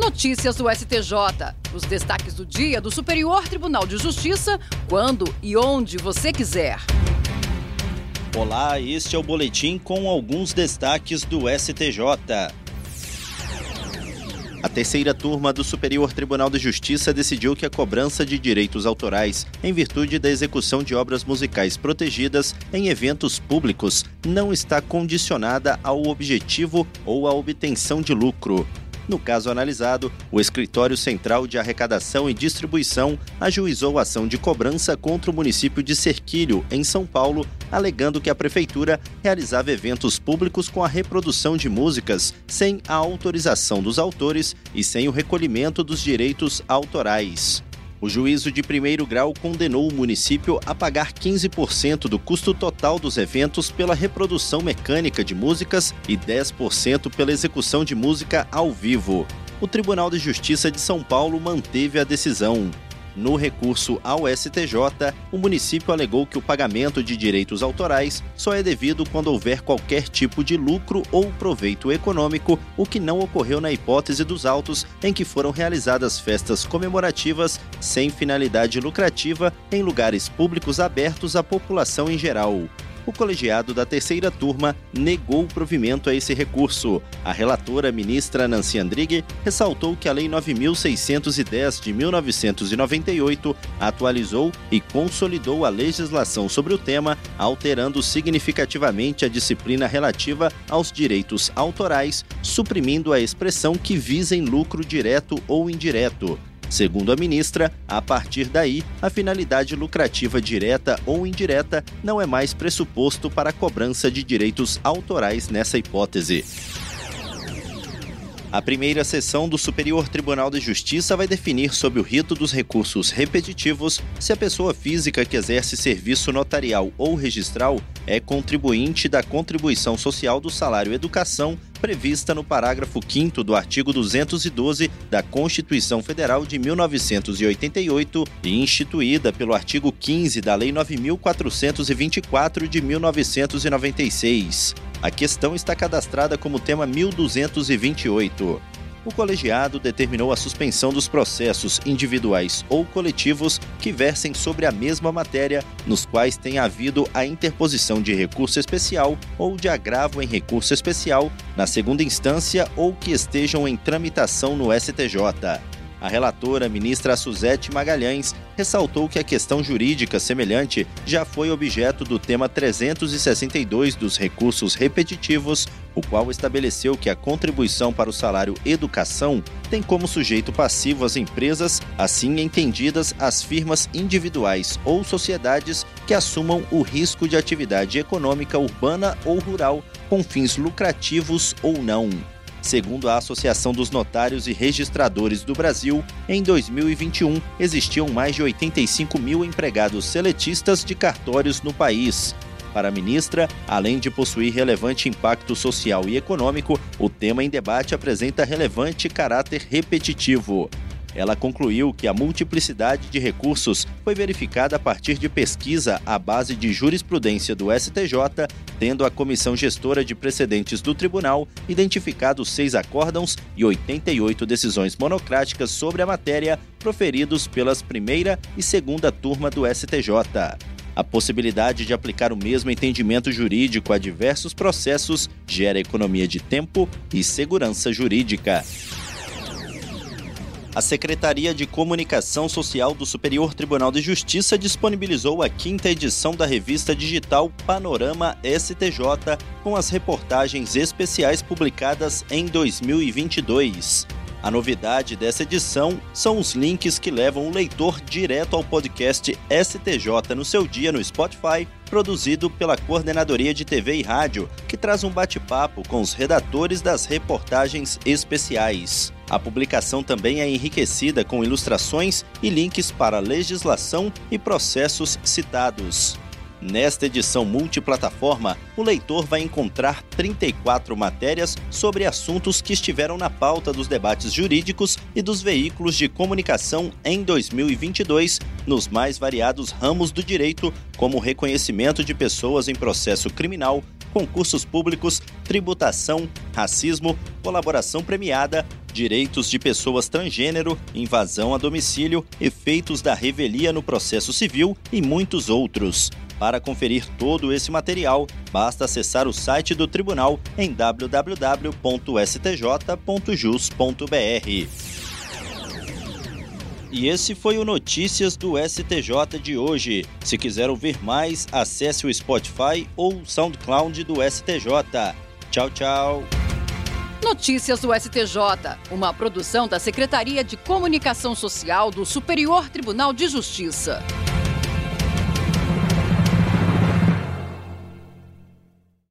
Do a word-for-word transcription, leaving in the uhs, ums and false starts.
notícias do S T J. Os destaques do dia do Superior Tribunal de Justiça, quando e onde você quiser. Olá, este é o boletim com alguns destaques do S T J. A terceira turma do Superior Tribunal de Justiça decidiu que a cobrança de direitos autorais, em virtude da execução de obras musicais protegidas em eventos públicos, não está condicionada ao objetivo ou à obtenção de lucro. No caso analisado, o Escritório Central de Arrecadação e Distribuição ajuizou a ação de cobrança contra o município de Serquilho, em São Paulo, alegando que a prefeitura realizava eventos públicos com a reprodução de músicas sem a autorização dos autores e sem o recolhimento dos direitos autorais. O juízo de primeiro grau condenou o município a pagar quinze por cento do custo total dos eventos pela reprodução mecânica de músicas e dez por cento pela execução de música ao vivo. O Tribunal de Justiça de São Paulo manteve a decisão. No recurso ao S T J, o município alegou que o pagamento de direitos autorais só é devido quando houver qualquer tipo de lucro ou proveito econômico, o que não ocorreu na hipótese dos autos em que foram realizadas festas comemorativas sem finalidade lucrativa em lugares públicos abertos à população em geral. O colegiado da terceira turma negou o provimento a esse recurso. A relatora, ministra Nancy Andrighi, ressaltou que a Lei nove mil seiscentos e dez de mil novecentos e noventa e oito atualizou e consolidou a legislação sobre o tema, alterando significativamente a disciplina relativa aos direitos autorais, suprimindo a expressão que visem lucro direto ou indireto. Segundo a ministra, a partir daí, a finalidade lucrativa direta ou indireta não é mais pressuposto para a cobrança de direitos autorais nessa hipótese. A primeira sessão do Superior Tribunal de Justiça vai definir sob o rito dos recursos repetitivos se a pessoa física que exerce serviço notarial ou registral é contribuinte da contribuição social do salário educação prevista no parágrafo quinto do artigo duzentos e doze da Constituição Federal de mil novecentos e oitenta e oito e instituída pelo artigo quinze da Lei nove mil quatrocentos e vinte e quatro de mil novecentos e noventa e seis. A questão está cadastrada como tema mil duzentos e vinte e oito. O colegiado determinou a suspensão dos processos individuais ou coletivos que versem sobre a mesma matéria, nos quais tenha havido a interposição de recurso especial ou de agravo em recurso especial na segunda instância ou que estejam em tramitação no S T J. A relatora, ministra Suzete Magalhães, ressaltou que a questão jurídica semelhante já foi objeto do tema trezentos e sessenta e dois dos recursos repetitivos, o qual estabeleceu que a contribuição para o salário educação tem como sujeito passivo as empresas, assim entendidas as firmas individuais ou sociedades que assumam o risco de atividade econômica urbana ou rural com fins lucrativos ou não. Segundo a Associação dos Notários e Registradores do Brasil, em dois mil e vinte e um existiam mais de oitenta e cinco mil empregados seletistas de cartórios no país. Para a ministra, além de possuir relevante impacto social e econômico, o tema em debate apresenta relevante caráter repetitivo. Ela concluiu que a multiplicidade de recursos foi verificada a partir de pesquisa à base de jurisprudência do S T J, tendo a comissão gestora de precedentes do tribunal identificado seis acórdãos e oitenta e oito decisões monocráticas sobre a matéria proferidos pelas primeira e segunda turma do S T J. A possibilidade de aplicar o mesmo entendimento jurídico a diversos processos gera economia de tempo e segurança jurídica. A Secretaria de Comunicação Social do Superior Tribunal de Justiça disponibilizou a quinta edição da revista digital Panorama S T J, com as reportagens especiais publicadas em dois mil e vinte e dois. A novidade dessa edição são os links que levam o leitor direto ao podcast S T J no seu dia no Spotify, produzido pela Coordenadoria de T V e Rádio, que traz um bate-papo com os redatores das reportagens especiais. A publicação também é enriquecida com ilustrações e links para legislação e processos citados. Nesta edição multiplataforma, o leitor vai encontrar trinta e quatro matérias sobre assuntos que estiveram na pauta dos debates jurídicos e dos veículos de comunicação em dois mil e vinte e dois, nos mais variados ramos do direito, como reconhecimento de pessoas em processo criminal, concursos públicos, tributação, racismo, colaboração premiada, direitos de pessoas transgênero, invasão a domicílio, efeitos da revelia no processo civil e muitos outros. Para conferir todo esse material, basta acessar o site do tribunal em w w w ponto s t j ponto jus ponto b r. E esse foi o Notícias do S T J de hoje. Se quiser ouvir mais, acesse o Spotify ou o SoundCloud do S T J. Tchau, tchau. Notícias do S T J, uma produção da Secretaria de Comunicação Social do Superior Tribunal de Justiça.